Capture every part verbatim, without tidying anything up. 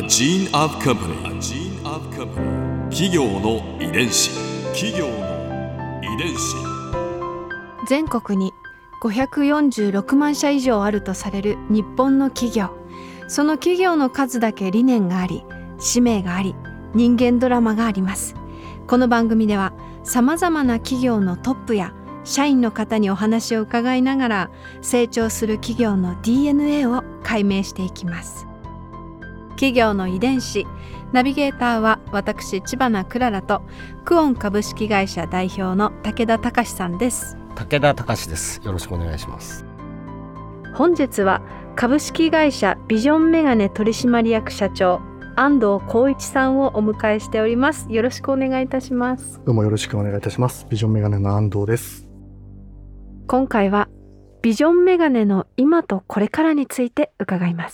gene of company. A gene of company. 企業の遺伝子。企業の遺伝子。 全国にごひゃくよんじゅうろくまんしゃ以上あるとされる日本の企業。その企業の数だけ理念があり、使命があり、人間ドラマがあります。この番組ではさまざまな企業のトップや社員の方にお話を伺いながら、成長する企業の ディーエヌエー を解明していきます。企業の遺伝子。ナビゲーターは私知花クララとクオン株式会社代表の武田隆さんです。 武田隆です。よろしくお願いします。 本日は株式会社ビジョンメガネ取締役社長安藤浩一さんをお迎えしております。よろしくお願いいたします。 どうもよろしくお願いいたします。ビジョンメガネの安藤です。 今回はビジョンメガネの今とこれからについて伺います。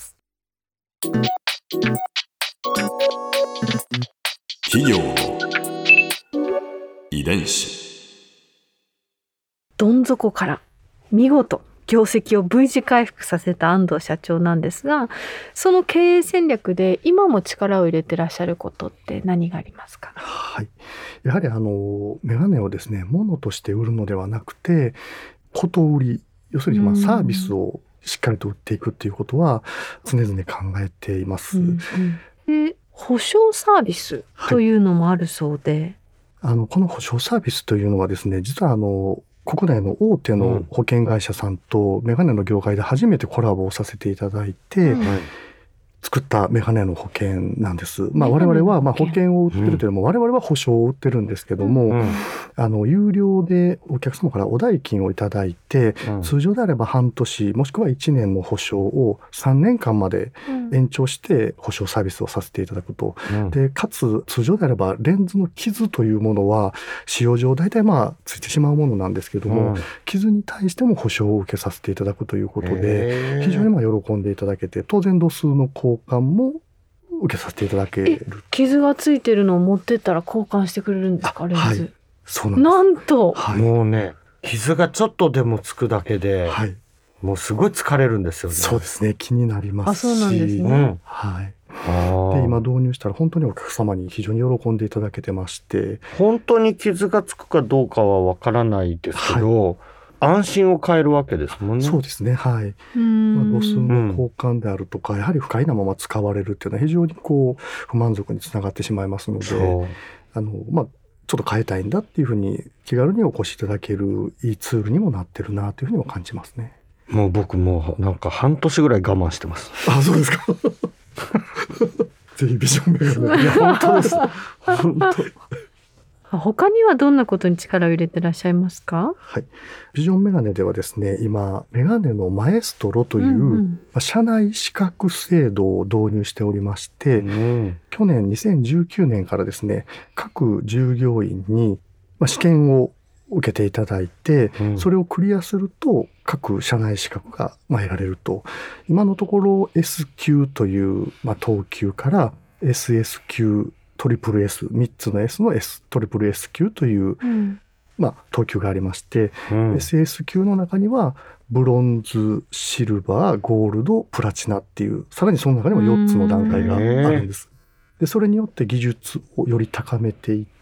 企業の遺伝子。 どん底から見事業績を V 字回復させた安藤社長なんですが、その経営戦略で今も力を入れてらっしゃることって何がありますか？ はい、やはりあのメガネをですね、物として売るのではなくて、こと売り、要するにまあサービスをしっかりと売っていくっていうことは常々考えています。うんうん、で保証サービスというのもあるそうで、 はい、あのこの保証サービスというのはですね、実はあの国内の大手の保険会社さんとメガネの業界で初めてコラボをさせていただいて、うん、作ったメガネの保険なんです。まあ、我々はまあ保険を売ってるというよりも、我々は保証を売ってるんですけども、うん、あの有料でお客様からお代金をいただいて、うん、通常であれば半年もしくはいちねんの保証をさんねんかんまで延長して保証サービスをさせていただくと、うん、でかつ通常であればレンズの傷というものは使用上大体まあついてしまうものなんですけども、うん、傷に対しても保証を受けさせていただくということで、非常にまあ喜んでいただけて、当然度数の交換も受けさせていただける。 傷がついてるのを持ってったら交換してくれるんですか？レンズ、はい、 そうなんです。 なんと、 はい、もうね、傷がちょっとでもつくだけで、はい、もうすごい疲れるんですよね。 そうですね、気になりますし。 あ、そうなんですね、うん、 はい。で今導入したら本当にお客様に非常に喜んでいただけてまして、 本当に傷がつくかどうかはわからないですけど、はい、安心を変えるわけですもんね。 そうですね、はい。まあ、度数の交換であるとか、うん、やはり不快なまま使われるっていうのは非常にこう不満足につながってしまいますので、あの、まあ、ちょっと変えたいんだっていうふうに気軽にお越しいただけるいいツールにもなってるなというふうにも感じますね。 もう僕もなんか半年ぐらい我慢してます。 あ、そうですか。ぜひビジョンメガネ。 いや本当です。本当。 他にはどんなことに力を入れてらっしゃいますか？ はい、ビジョンメガネではですね、今メガネのマエストロという、うんうん、まあ、社内資格制度を導入しておりまして、うん、去年にせんじゅうきゅうねんからですね、各従業員に、まあ、試験を受けていただいて、うん、それをクリアすると各社内資格がまあ得られると。今のところ エス 級という、まあ、等級から エスエス 級、トリプル S、みっつの S の S、トリプル S 級という、うん、まあ、等級がありまして、うん、エスエス 級の中にはブロンズ、シルバー、ゴールド、プラチナっていう、さらにその中にもよっつの段階があるんです。でそれによって技術をより高めていって、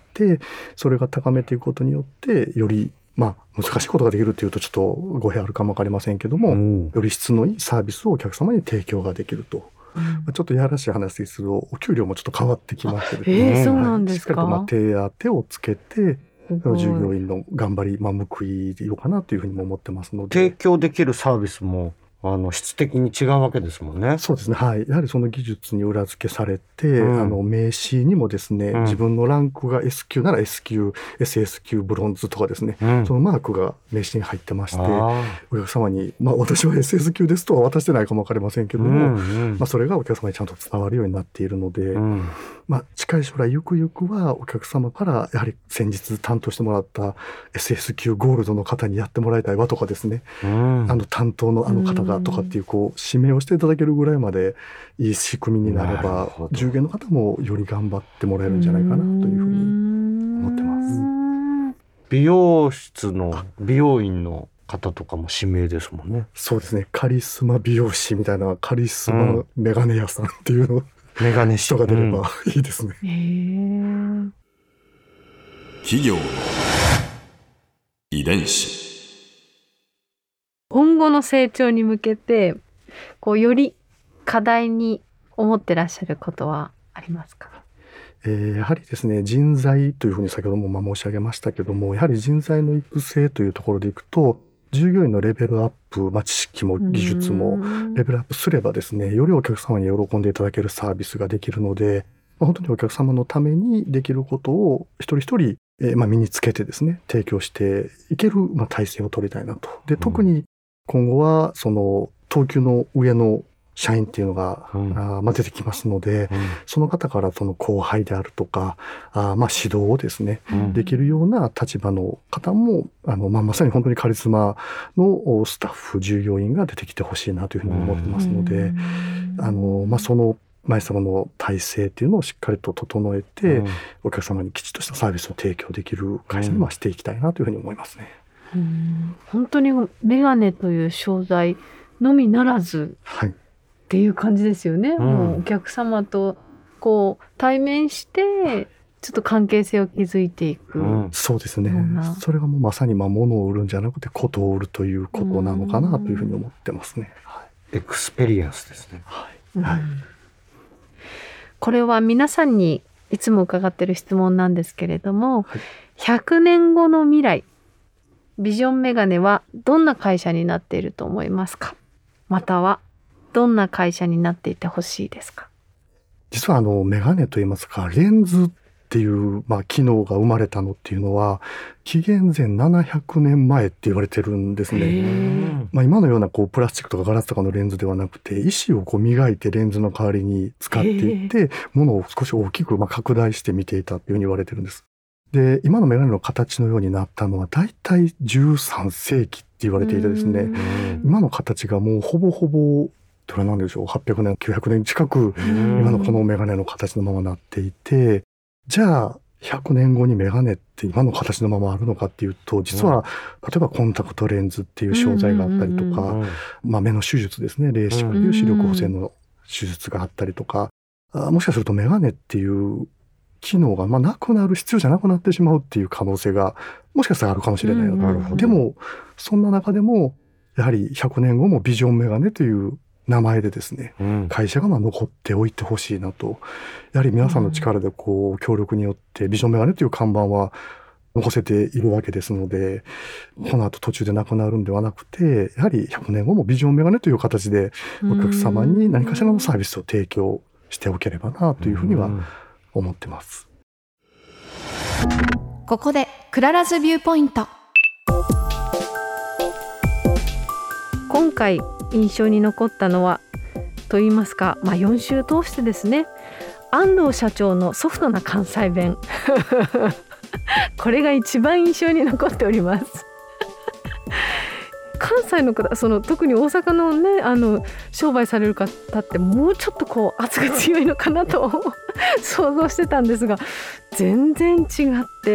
それが高めていくことによってより、まあ、難しいことができるというとちょっと語弊あるかもわかりませんけども、うん、より質のいいサービスをお客様に提供ができると。うん、ちょっとやらしい話ですけど、お給料もちょっと変わってきましてですね、 えー、そうなんですか。 しっかりとまあ手当てをつけて従業員の頑張り、まあ、報いようかなというふうにも思ってますので、 提供できるサービスもあの質的に違うわけですもんね。 そうですね、はい。やはりその技術に裏付けされて、うん、あの名刺にもですね、うん、自分のランクが S 級なら S 級、エスエス 級ブロンズとかですね、うん、そのマークが名刺に入ってまして、お客様に、まあ私は エスエス 級ですとは渡してないかもわかりませんけども、うんうん、まあそれがお客様にちゃんと伝わるようになっているので、うん、まあ近い将来ゆくゆくはお客様からやはり先日担当してもらった エスエス 級ゴールドの方にやってもらいたいわとかですね、うん、あの担当のあの方がとかっていうこう指名をしていただけるぐらいまでいい仕組みになれば、従業員の方もより頑張ってもらえるんじゃないかなというふうに思ってます。 美容室の美容院の方とかも指名ですもんね。 そうですね、カリスマ美容師みたいな、カリスマメガネ屋さんっていうの、 メガネ人が出ればいいですね。 へー。 企業の遺伝子。 今後の成長に向けてこうより課題に思ってらっしゃることはありますか？ えー、やはりですね、人材というふうに先ほどもまあ申し上げましたけども、やはり人材の育成というところでいくと、従業員のレベルアップ、まあ、知識も技術もレベルアップすればですね、よりお客様に喜んでいただけるサービスができるので、まあ、本当にお客様のためにできることを一人一人、えーまあ、身につけてですね、提供していける、まあ、体制を取りたいなと。で、特に今後はその等級の上の社員っていうのが、うんあまあ、出てきますので、うん、その方からその後輩であるとか、あまあ指導をですね、うん、できるような立場の方も、あの、まあ、まさに本当にカリスマのスタッフ、従業員が出てきてほしいなというふうに思ってますので、うん、あの、まあ、その前様の体制っていうのをしっかりと整えて、うん、お客様にきちっとしたサービスを提供できる会社にはしていきたいなというふうに思いますね。 うん、本当にメガネという商材のみならず、はいっていう感じですよね、うん、もうお客様とこう対面してちょっと関係性を築いていく、うん、 そうですね。それがもうまさにまあ物を売るんじゃなくてことを売るということなのかなというふうに思ってますね、 はい、エクスペリエンスですね、 はいはい、これは皆さんにいつも伺っている質問なんですけれども、はい、ひゃくねんごの未来、ビジョンメガネはどんな会社になっていると思いますか？またはどんな会社になっていてほしいですか？ 実はあのメガネといいますかレンズっていう、まあ、機能が生まれたのっていうのは紀元前ななひゃくねんまえって言われてるんですね。まあ、今のようなこうプラスチックとかガラスとかのレンズではなくて石をこう磨いてレンズの代わりに使っていってものを少し大きくまあ拡大して見ていたっていうふうに言われてるんです。で今のメガネの形のようになったのはだいたいじゅうさんせいきって言われていてですね、今の形がもうほぼほぼどれなんでしょう、はっぴゃくねんきゅうひゃくねん近く今のこのメガネの形のままなっていて、じゃあひゃくねんごにメガネって今の形のままあるのかっていうと、実は例えばコンタクトレンズっていう商材があったりとか、まあ、目の手術ですね、レーシックという視力補正の手術があったりとか、あもしかするとメガネっていう機能がまあなくなる、必要じゃなくなってしまうっていう可能性がもしかしたらあるかもしれないなと。でもそんな中でもやはりひゃくねんごもビジョンメガネという名前でですね、うん、会社がまあ残っておいてほしいなと。やはり皆さんの力でこう協力によってビジョンメガネという看板は残せているわけですので、この後途中でなくなるんではなくて、やはりひゃくねんごもビジョンメガネという形でお客様に何かしらのサービスを提供しておければなというふうには思ってます。 ここでクララズビューポイント。今回印象に残ったのはと言いますか、まあ、よん週通してですね、安藤社長のソフトな関西弁これが一番印象に残っております関西の方、その特に大阪のね、あの商売される方ってもうちょっとこう圧が強いのかなと想像してたんですが、全然違って、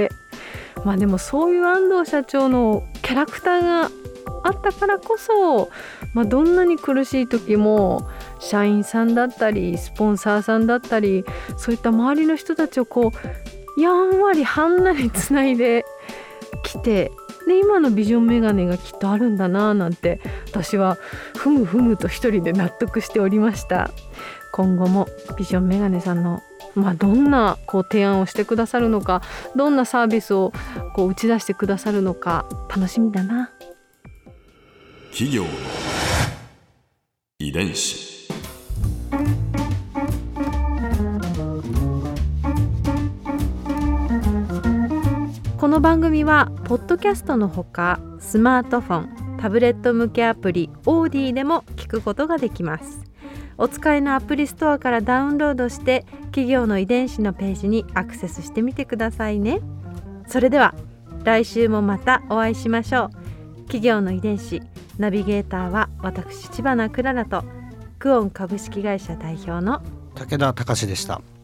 まあでもそういう安藤社長のキャラクターがあったからこそ、まあ、どんなに苦しい時も社員さんだったりスポンサーさんだったり、そういった周りの人たちをこうやんわりはんなりつないできて、で今のビジョンメガネがきっとあるんだななんて、私はふむふむと一人で納得しておりました。今後もビジョンメガネさんの、まあ、どんなこう提案をしてくださるのか、どんなサービスをこう打ち出してくださるのか楽しみだな。 企業の遺伝子。 この番組はポッドキャストのほかスマートフォン、タブレット向けアプリオーディでも聞くことができます。お使いのアプリストアからダウンロードして企業の遺伝子のページにアクセスしてみてくださいね。それでは来週もまたお会いしましょう。企業の遺伝子、ナビゲーターは私知花くららとクオン株式会社代表の武田隆でした。